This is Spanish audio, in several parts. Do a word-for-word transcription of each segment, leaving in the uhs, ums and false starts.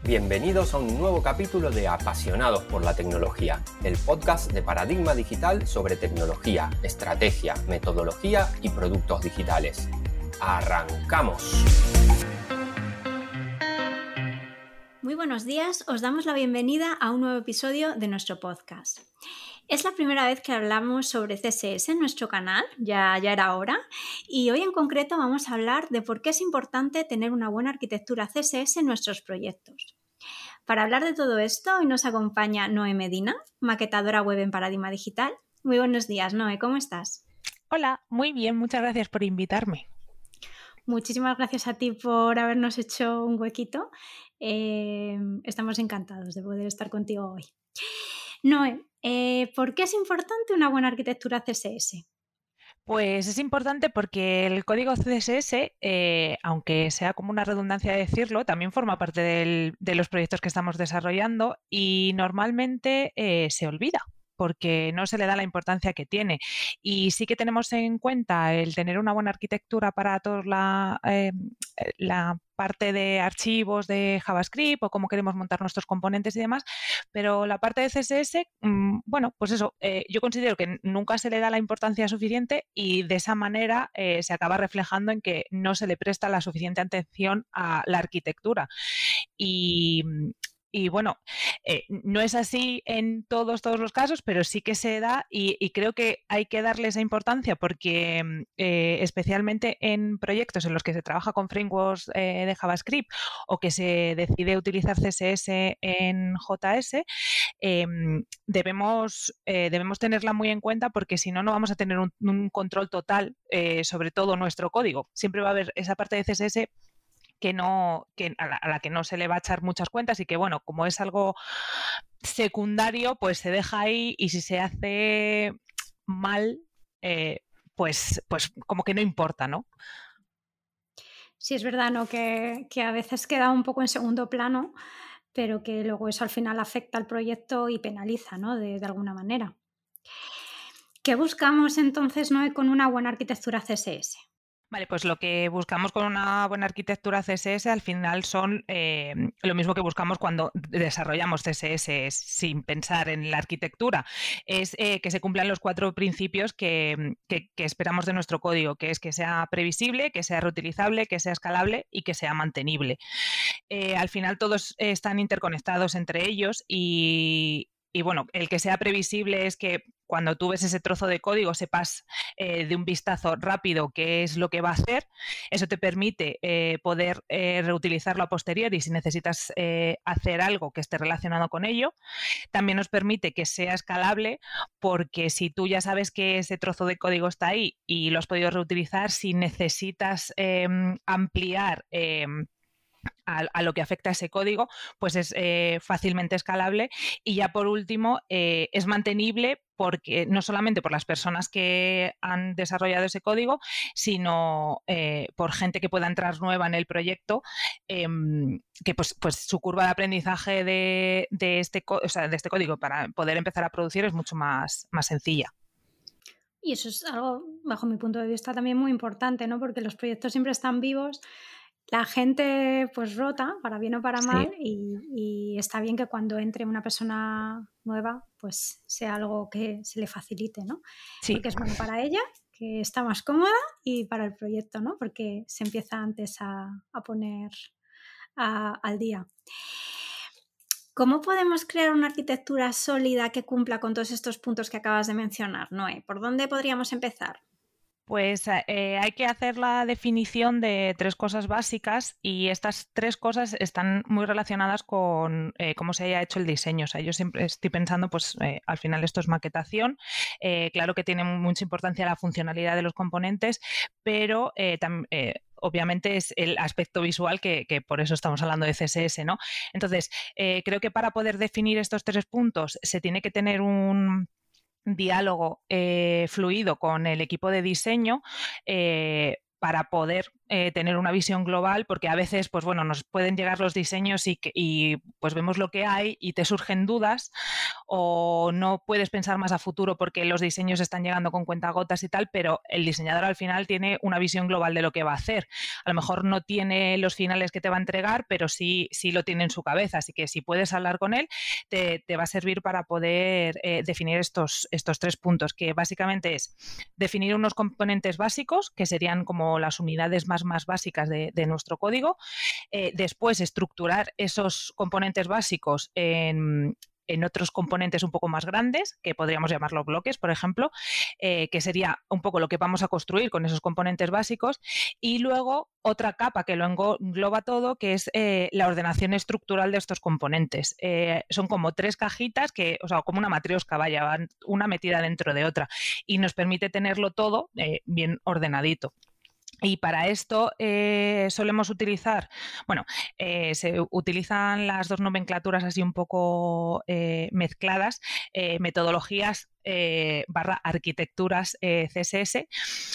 Bienvenidos a un nuevo capítulo de Apasionados por la Tecnología, el podcast de Paradigma Digital sobre tecnología, estrategia, metodología y productos digitales. ¡Arrancamos! Muy buenos días, os damos la bienvenida a un nuevo episodio de nuestro podcast. Es la primera vez que hablamos sobre C S S en nuestro canal, ya, ya era hora, y hoy en concreto vamos a hablar de por qué es importante tener una buena arquitectura C S S en nuestros proyectos. Para hablar de todo esto, hoy nos acompaña Noé Medina, maquetadora web en Paradigma Digital. Muy buenos días, Noé, ¿cómo estás? Hola, muy bien, muchas gracias por invitarme. Muchísimas gracias a ti por habernos hecho un huequito. Eh, estamos encantados de poder estar contigo hoy. Noé, eh, ¿por qué es importante una buena arquitectura C S S? Pues es importante porque el código C S S, eh, aunque sea como una redundancia decirlo, también forma parte del, de los proyectos que estamos desarrollando y normalmente eh, se olvida, porque no se le da la importancia que tiene. Y sí que tenemos en cuenta el tener una buena arquitectura para toda la, eh, la parte de archivos de JavaScript o cómo queremos montar nuestros componentes y demás, pero la parte de C S S, mmm, bueno, pues eso, eh, yo considero que nunca se le da la importancia suficiente y de esa manera eh, se acaba reflejando en que no se le presta la suficiente atención a la arquitectura. Y... Y bueno, eh, no es así en todos, todos los casos, pero sí que se da y, y creo que hay que darle esa importancia porque eh, especialmente en proyectos en los que se trabaja con frameworks eh, de JavaScript o que se decide utilizar C S S en J S, eh, debemos, eh, debemos tenerla muy en cuenta porque si no, no vamos a tener un, un control total eh, sobre todo nuestro código. Siempre va a haber esa parte de C S S que no, que a, la, a la que no se le va a echar muchas cuentas y que, bueno, como es algo secundario, pues se deja ahí y si se hace mal, eh, pues, pues como que no importa, ¿no? Sí, es verdad, ¿no? Que, que a veces queda un poco en segundo plano, pero que luego eso al final afecta al proyecto y penaliza, ¿no? De, de alguna manera. ¿Qué buscamos entonces, Noé, con una buena arquitectura C S S? Vale, pues lo que buscamos con una buena arquitectura C S S al final son eh, lo mismo que buscamos cuando desarrollamos C S S sin pensar en la arquitectura. Es eh, que se cumplan los cuatro principios que, que, que esperamos de nuestro código, que es que sea previsible, que sea reutilizable, que sea escalable y que sea mantenible. Eh, al final todos están interconectados entre ellos y, y bueno, el que sea previsible es que cuando tú ves ese trozo de código sepas eh, de un vistazo rápido qué es lo que va a hacer. Eso te permite eh, poder eh, reutilizarlo a posteriori si necesitas eh, hacer algo que esté relacionado con ello. También nos permite que sea escalable porque si tú ya sabes que ese trozo de código está ahí y lo has podido reutilizar, si necesitas eh, ampliar eh, A, a lo que afecta a ese código, pues es eh, fácilmente escalable y ya por último eh, es mantenible porque no solamente por las personas que han desarrollado ese código, sino eh, por gente que pueda entrar nueva en el proyecto, eh, que pues, pues su curva de aprendizaje de, de, este, o sea, de este código para poder empezar a producir es mucho más, más sencilla. Y eso es algo, bajo mi punto de vista, también muy importante, ¿no? Porque los proyectos siempre están vivos. La gente pues rota, para bien o para mal, sí. y, y está bien que cuando entre una persona nueva pues sea algo que se le facilite, ¿no? Sí. Porque es bueno para ella, que está más cómoda, y para el proyecto, ¿no? Porque se empieza antes a, a poner a, al día. ¿Cómo podemos crear una arquitectura sólida que cumpla con todos estos puntos que acabas de mencionar, Noé? ¿Por dónde podríamos empezar? Pues eh, hay que hacer la definición de tres cosas básicas y estas tres cosas están muy relacionadas con eh, cómo se haya hecho el diseño. O sea, yo siempre estoy pensando, pues eh, al final esto es maquetación. Eh, claro que tiene mucha importancia la funcionalidad de los componentes, pero eh, tam, eh, obviamente es el aspecto visual que, que por eso estamos hablando de C S S, ¿no? Entonces, eh, creo que para poder definir estos tres puntos se tiene que tener un diálogo eh, fluido con el equipo de diseño eh, para poder eh, tener una visión global, porque a veces, pues bueno, nos pueden llegar los diseños y, que, y pues vemos lo que hay y te surgen dudas o no puedes pensar más a futuro porque los diseños están llegando con cuentagotas y tal, pero el diseñador al final tiene una visión global de lo que va a hacer. A lo mejor no tiene los finales que te va a entregar, pero sí, sí lo tiene en su cabeza, así que si puedes hablar con él, te, te va a servir para poder eh, definir estos, estos tres puntos, que básicamente es definir unos componentes básicos, que serían como las unidades más, más básicas de, de nuestro código, eh, después estructurar esos componentes básicos en, en otros componentes un poco más grandes, que podríamos llamarlo bloques, por ejemplo, eh, que sería un poco lo que vamos a construir con esos componentes básicos, y luego otra capa que lo engloba todo, que es eh, la ordenación estructural de estos componentes. Eh, son como tres cajitas, que, o sea, como una matriosca, vaya, van una metida dentro de otra, y nos permite tenerlo todo eh, bien ordenadito. Y para esto eh, solemos utilizar, bueno, eh, se utilizan las dos nomenclaturas así un poco eh, mezcladas, eh, metodologías eh, barra arquitecturas eh, C S S.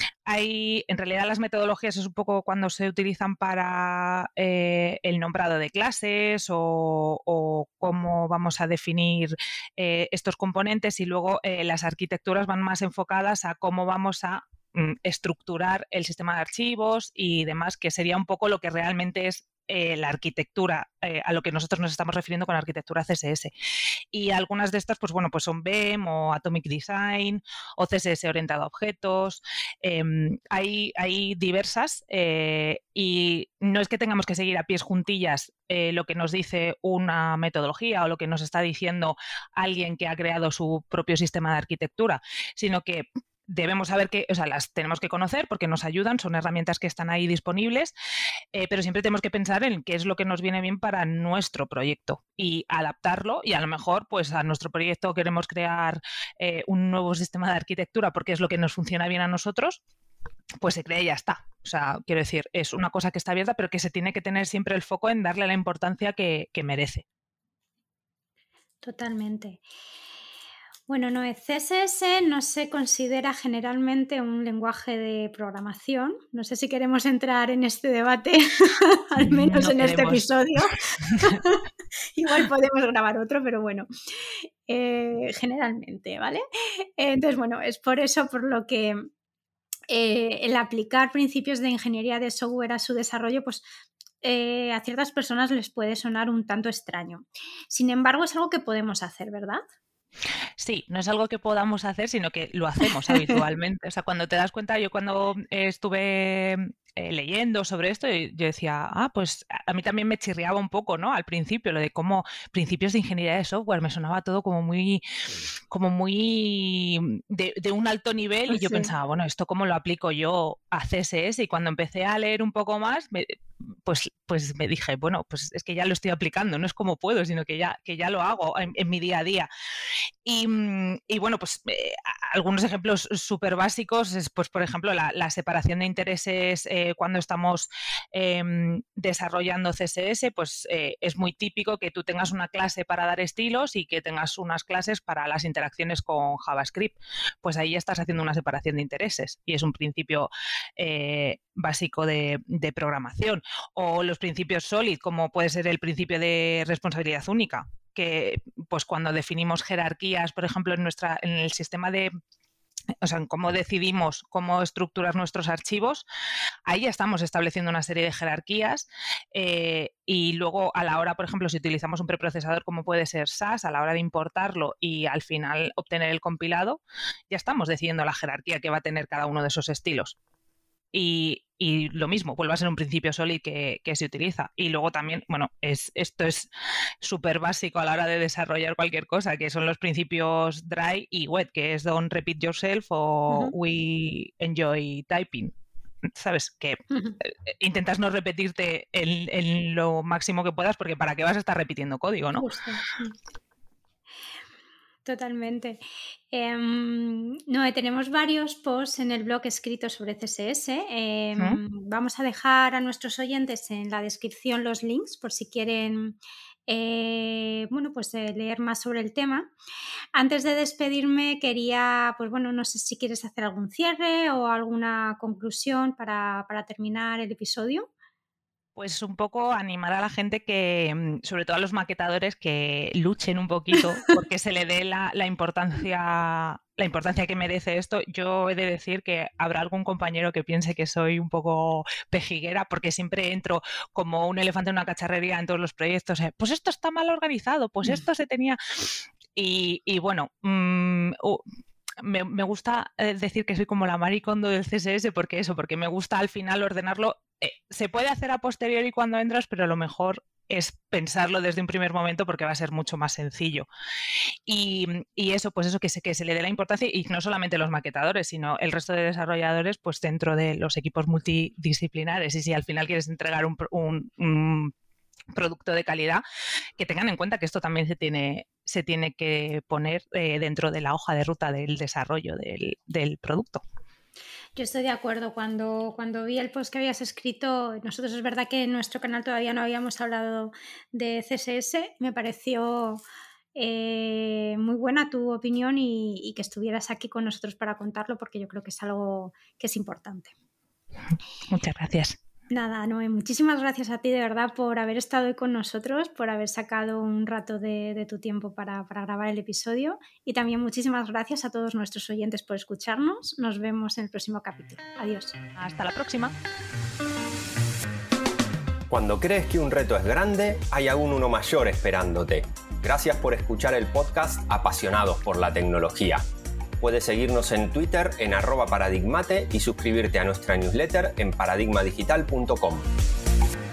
Hay, en realidad las metodologías es un poco cuando se utilizan para eh, el nombrado de clases o, o cómo vamos a definir eh, estos componentes, y luego eh, las arquitecturas van más enfocadas a cómo vamos a estructurar el sistema de archivos y demás, que sería un poco lo que realmente es eh, la arquitectura, eh, a lo que nosotros nos estamos refiriendo con arquitectura C S S. Y algunas de estas, pues bueno, pues son B E M o Atomic Design o C S S orientado a objetos. Eh, hay, hay diversas eh, y no es que tengamos que seguir a pies juntillas eh, lo que nos dice una metodología o lo que nos está diciendo alguien que ha creado su propio sistema de arquitectura, sino que debemos saber que, o sea, las tenemos que conocer porque nos ayudan, son herramientas que están ahí disponibles, eh, pero siempre tenemos que pensar en qué es lo que nos viene bien para nuestro proyecto y adaptarlo, y a lo mejor pues a nuestro proyecto queremos crear eh, un nuevo sistema de arquitectura porque es lo que nos funciona bien a nosotros, pues se crea y ya está. O sea, quiero decir, es una cosa que está abierta, pero que se tiene que tener siempre el foco en darle la importancia que, que merece. Totalmente. Bueno, no, el C S S no se considera generalmente un lenguaje de programación. No sé si queremos entrar en este debate, al menos no en queremos. Este episodio. Igual podemos grabar otro, pero bueno, eh, generalmente, ¿vale? Entonces, bueno, es por eso por lo que eh, el aplicar principios de ingeniería de software a su desarrollo, pues eh, a ciertas personas les puede sonar un tanto extraño. Sin embargo, es algo que podemos hacer, ¿verdad? Sí, no es algo que podamos hacer, sino que lo hacemos habitualmente. O sea, cuando te das cuenta, yo cuando estuve eh, leyendo sobre esto, yo decía, ah, pues a mí también me chirriaba un poco, ¿no? Al principio, lo de cómo principios de ingeniería de software, me sonaba todo como muy, como muy de, de un alto nivel, y yo sí. pensaba, bueno, ¿esto cómo lo aplico yo a C S S? Y cuando empecé a leer un poco más, me, pues, pues me dije, bueno, pues es que ya lo estoy aplicando, no es como puedo, sino que ya, que ya lo hago en, en mi día a día. Y, y bueno, pues eh, algunos ejemplos súper básicos es, pues por ejemplo, la, la separación de intereses eh, cuando estamos eh, desarrollando C S S, pues eh, es muy típico que tú tengas una clase para dar estilos y que tengas unas clases para las interacciones con JavaScript. Pues ahí ya estás haciendo una separación de intereses y es un principio eh, básico de, de programación. O los principios SOLID, como puede ser el principio de responsabilidad única, que pues cuando definimos jerarquías, por ejemplo, en nuestra en el sistema de, o sea, en cómo decidimos cómo estructurar nuestros archivos, ahí ya estamos estableciendo una serie de jerarquías eh, y luego a la hora, por ejemplo, si utilizamos un preprocesador como puede ser S A S, a la hora de importarlo y al final obtener el compilado, ya estamos decidiendo la jerarquía que va a tener cada uno de esos estilos. Y, y lo mismo, vuelve a ser un principio SOLID que, que se utiliza. Y luego también, bueno, es, esto es súper básico a la hora de desarrollar cualquier cosa, que son los principios dry y wet, que es don't repeat yourself o uh-huh. we enjoy typing. ¿Sabes? Que uh-huh. intentas no repetirte en, en lo máximo que puedas, porque ¿para qué vas a estar repitiendo código, no? Justo. Totalmente. Eh, no, tenemos varios posts en el blog escritos sobre C S S. Eh, ¿Mm? Vamos a dejar a nuestros oyentes en la descripción los links por si quieren eh, bueno, pues eh, leer más sobre el tema. Antes de despedirme quería, pues bueno, no sé si quieres hacer algún cierre o alguna conclusión para, para terminar el episodio. Pues un poco animar a la gente que, sobre todo a los maquetadores, que luchen un poquito porque se le dé la, la importancia la importancia que merece esto. Yo he de decir que habrá algún compañero que piense que soy un poco pejiguera porque siempre entro como un elefante en una cacharrería en todos los proyectos. ¿eh? Pues esto está mal organizado, pues esto se tenía... Y, y bueno... Mmm, uh, Me, me gusta decir que soy como la Marie Kondo del C S S porque eso, porque me gusta al final ordenarlo. Eh, se puede hacer a posteriori cuando entras, pero lo mejor es pensarlo desde un primer momento porque va a ser mucho más sencillo. Y, y eso, pues eso, que se, que se le dé la importancia, y no solamente los maquetadores, sino el resto de desarrolladores, pues dentro de los equipos multidisciplinares. Y si al final quieres entregar un, un, un producto de calidad, que tengan en cuenta que esto también se tiene, se tiene que poner eh, dentro de la hoja de ruta del desarrollo del, del producto. Yo estoy de acuerdo. Cuando, cuando vi el post que habías escrito, nosotros es verdad que en nuestro canal todavía no habíamos hablado de C S S, me pareció eh, muy buena tu opinión y, y que estuvieras aquí con nosotros para contarlo, porque yo creo que es algo que es importante. Muchas gracias. Nada, Noé, muchísimas gracias a ti de verdad por haber estado hoy con nosotros, por haber sacado un rato de, de tu tiempo para, para grabar el episodio, y también muchísimas gracias a todos nuestros oyentes por escucharnos. Nos vemos en el próximo capítulo. Adiós. Hasta la próxima. Cuando crees que un reto es grande, hay aún uno mayor esperándote. Gracias por escuchar el podcast Apasionados por la Tecnología. Puedes seguirnos en Twitter en arroba paradigmate y suscribirte a nuestra newsletter en paradigma digital punto com.